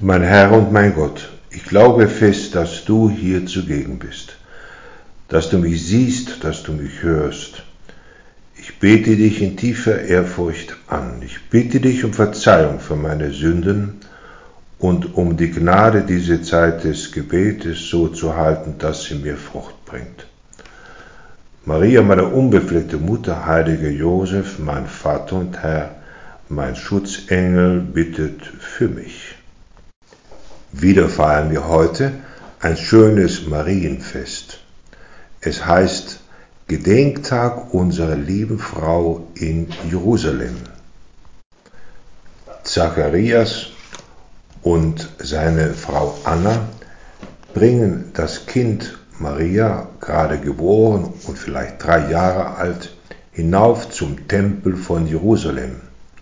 Mein Herr und mein Gott, ich glaube fest, dass du hier zugegen bist, dass du mich siehst, dass du mich hörst. Ich bete dich in tiefer Ehrfurcht an. Ich bitte dich um Verzeihung für meine Sünden und um die Gnade, diese Zeit des Gebetes so zu halten, dass sie mir Frucht bringt. Maria, meine unbefleckte Mutter, heiliger Josef, mein Vater und Herr, mein Schutzengel, bittet für mich. Wieder feiern wir heute ein schönes Marienfest. Es heißt Gedenktag unserer lieben Frau in Jerusalem. Zacharias und seine Frau Anna bringen das Kind Maria, gerade geboren und vielleicht 3 Jahre alt, hinauf zum Tempel von Jerusalem.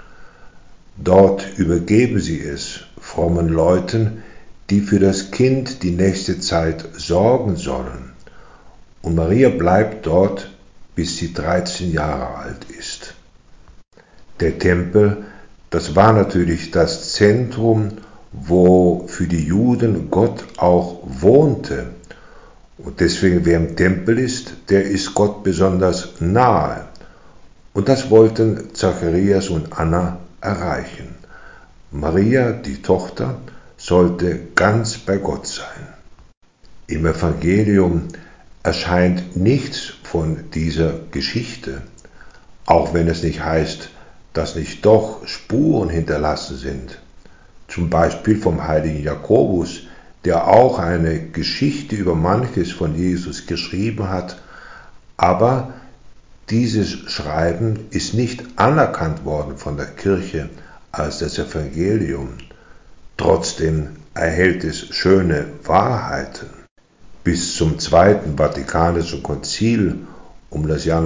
Dort übergeben sie es frommen Leuten, die für das Kind die nächste Zeit sorgen sollen. Und Maria bleibt dort, bis sie 13 Jahre alt ist. Der Tempel, das war natürlich das Zentrum, wo für die Juden Gott auch wohnte. Und deswegen, wer im Tempel ist, der ist Gott besonders nahe. Und das wollten Zacharias und Anna erreichen. Maria, die Tochter, sollte ganz bei Gott sein. Im Evangelium erscheint nichts von dieser Geschichte, auch wenn es nicht heißt, dass nicht doch Spuren hinterlassen sind. Zum Beispiel vom heiligen Jakobus, der auch eine Geschichte über manches von Jesus geschrieben hat, aber dieses Schreiben ist nicht anerkannt worden von der Kirche als das Evangelium. Trotzdem erhält es schöne Wahrheiten. Bis zum Zweiten Vatikanischen Konzil um das Jahr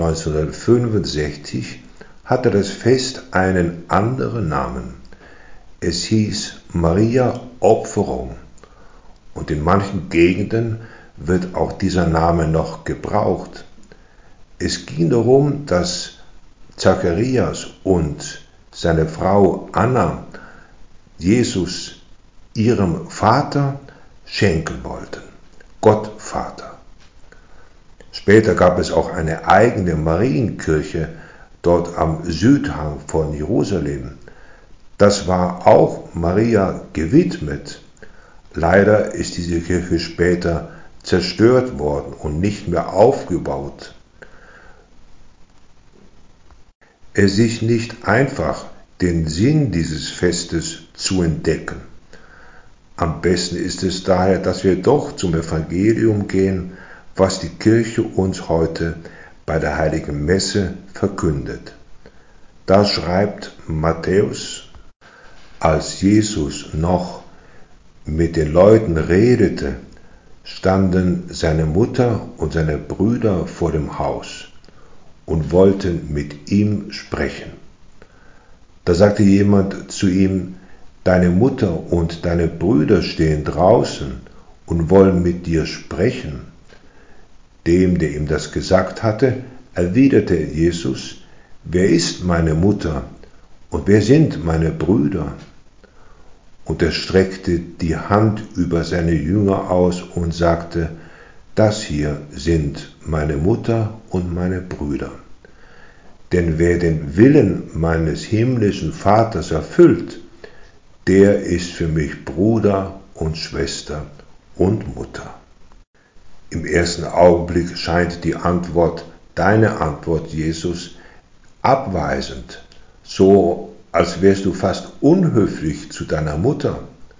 1965 hatte das Fest einen anderen Namen. Es hieß Maria Opferung und in manchen Gegenden wird auch dieser Name noch gebraucht. Es ging darum, dass Zacharias und seine Frau Anna Jesus ihrem Vater schenken wollten, Gott Vater. Später gab es auch eine eigene Marienkirche dort am Südhang von Jerusalem. Das war auch Maria gewidmet. Leider ist diese Kirche später zerstört worden und nicht mehr aufgebaut. Es ist nicht einfach, den Sinn dieses Festes zu entdecken. Am besten ist es daher, dass wir doch zum Evangelium gehen, was die Kirche uns heute bei der Heiligen Messe verkündet. Da schreibt Matthäus: Als Jesus noch mit den Leuten redete, standen seine Mutter und seine Brüder vor dem Haus und wollten mit ihm sprechen. Da sagte jemand zu ihm: Deine Mutter und deine Brüder stehen draußen und wollen mit dir sprechen. Dem, der ihm das gesagt hatte, erwiderte Jesus: Wer ist meine Mutter und wer sind meine Brüder? Und er streckte die Hand über seine Jünger aus und sagte: Das hier sind meine Mutter und meine Brüder. Denn wer den Willen meines himmlischen Vaters erfüllt, der ist für mich Bruder und Schwester und Mutter. Im ersten Augenblick scheint die Antwort, deine Antwort, Jesus, abweisend, so als wärst du fast unhöflich zu deiner Mutter.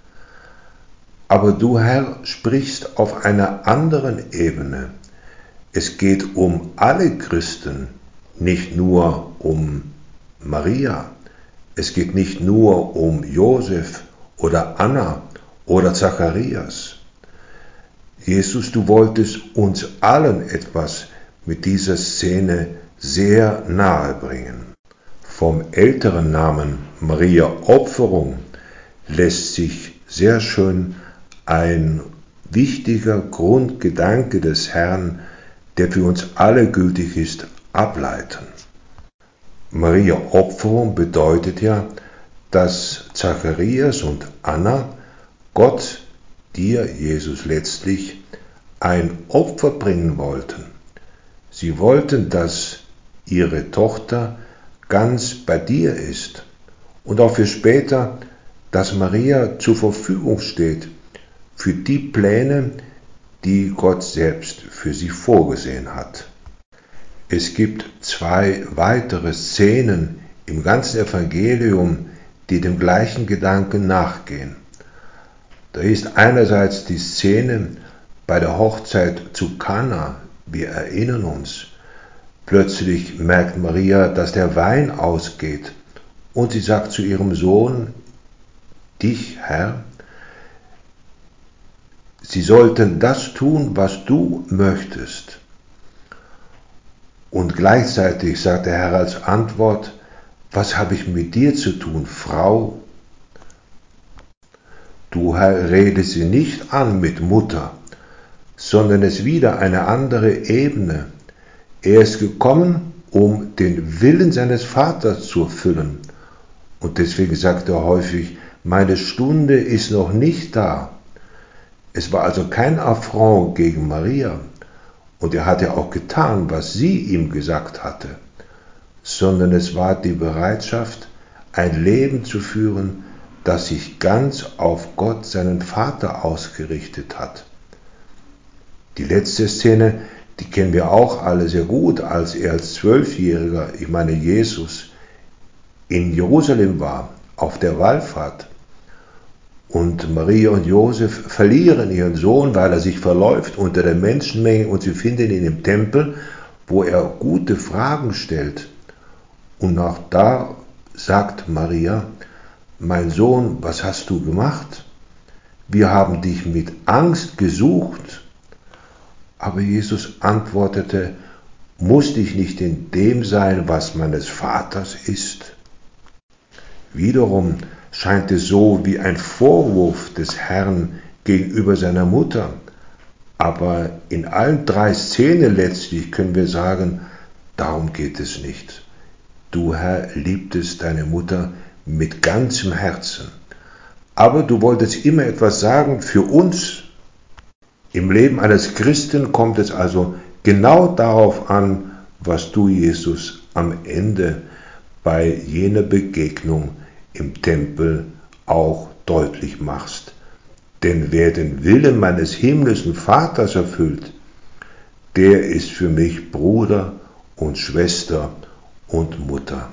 Aber du, Herr, sprichst auf einer anderen Ebene. Es geht um alle Christen, nicht nur um Maria. Es geht nicht nur um Josef oder Anna oder Zacharias. Jesus, du wolltest uns allen etwas mit dieser Szene sehr nahe bringen. Vom älteren Namen Maria Opferung lässt sich sehr schön ein wichtiger Grundgedanke des Herrn, der für uns alle gültig ist, ableiten. Maria Opferung bedeutet ja, dass Zacharias und Anna Gott dir, Jesus, letztlich ein Opfer bringen wollten. Sie wollten, dass ihre Tochter ganz bei dir ist und auch für später, dass Maria zur Verfügung steht für die Pläne, die Gott selbst für sie vorgesehen hat. Es gibt 2 weitere Szenen im ganzen Evangelium, die dem gleichen Gedanken nachgehen. Da ist einerseits die Szene bei der Hochzeit zu Kana. Wir erinnern uns. Plötzlich merkt Maria, dass der Wein ausgeht und sie sagt zu ihrem Sohn: Dich, Herr, sie sollten das tun, was du möchtest. Und gleichzeitig sagt der Herr als Antwort: Was habe ich mit dir zu tun, Frau? Du, Herr, rede sie nicht an mit Mutter, sondern es wieder eine andere Ebene. Er ist gekommen, um den Willen seines Vaters zu erfüllen. Und deswegen sagt er häufig: Meine Stunde ist noch nicht da. Es war also kein Affront gegen Maria. Und er hat ja auch getan, was sie ihm gesagt hatte, sondern es war die Bereitschaft, ein Leben zu führen, das sich ganz auf Gott, seinen Vater, ausgerichtet hat. Die letzte Szene, die kennen wir auch alle sehr gut, als er als 12-Jähriger, ich meine Jesus, in Jerusalem war, auf der Wallfahrt. Und Maria und Josef verlieren ihren Sohn, weil er sich verläuft unter der Menschenmenge, und sie finden ihn im Tempel, wo er gute Fragen stellt. Und auch da sagt Maria: Mein Sohn, was hast du gemacht? Wir haben dich mit Angst gesucht. Aber Jesus antwortete: Musste ich nicht in dem sein, was meines Vaters ist? Wiederum scheint es so wie ein Vorwurf des Herrn gegenüber seiner Mutter. Aber in allen 3 Szenen letztlich können wir sagen, darum geht es nicht. Du, Herr, liebtest deine Mutter mit ganzem Herzen. Aber du wolltest immer etwas sagen für uns. Im Leben eines Christen kommt es also genau darauf an, was du, Jesus, am Ende bei jener Begegnung im Tempel auch deutlich machst. Denn wer den Willen meines himmlischen Vaters erfüllt, der ist für mich Bruder und Schwester und Mutter.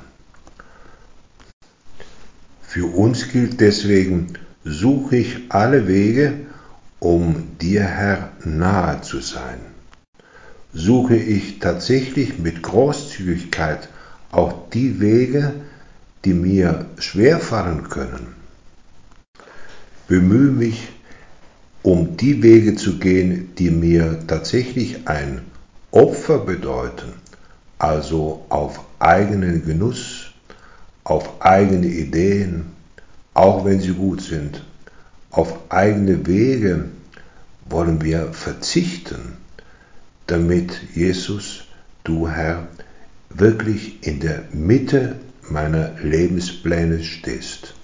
Für uns gilt deswegen: Suche ich alle Wege, um dir, Herr, nahe zu sein. Suche ich tatsächlich mit Großzügigkeit auch die Wege, die mir schwerfallen können. Bemühe mich, um die Wege zu gehen, die mir tatsächlich ein Opfer bedeuten, also auf eigenen Genuss, auf eigene Ideen, auch wenn sie gut sind. Auf eigene Wege wollen wir verzichten, damit Jesus, du Herr, wirklich in der Mitte meiner Lebenspläne stehst.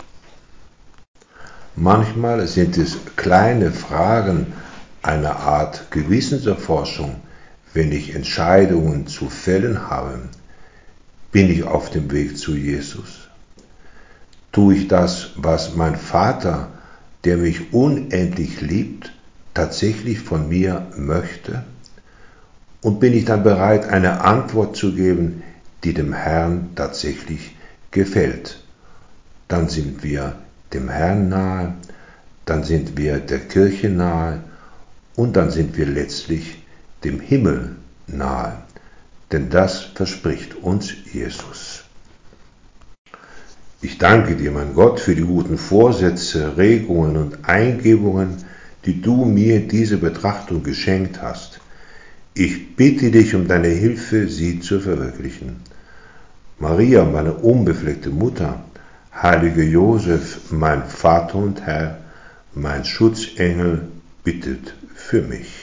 Manchmal sind es kleine Fragen einer Art Gewissenserforschung, wenn ich Entscheidungen zu fällen habe. Bin ich auf dem Weg zu Jesus? Tue ich das, was mein Vater, der mich unendlich liebt, tatsächlich von mir möchte? Und bin ich dann bereit, eine Antwort zu geben, die dem Herrn tatsächlich gefällt? Dann sind wir dem Herrn nahe, dann sind wir der Kirche nahe und dann sind wir letztlich dem Himmel nahe. Denn das verspricht uns Jesus. Ich danke dir, mein Gott, für die guten Vorsätze, Regungen und Eingebungen, die du mir diese Betrachtung geschenkt hast. Ich bitte dich um deine Hilfe, sie zu verwirklichen. Maria, meine unbefleckte Mutter, heiliger Josef, mein Vater und Herr, mein Schutzengel, bittet für mich.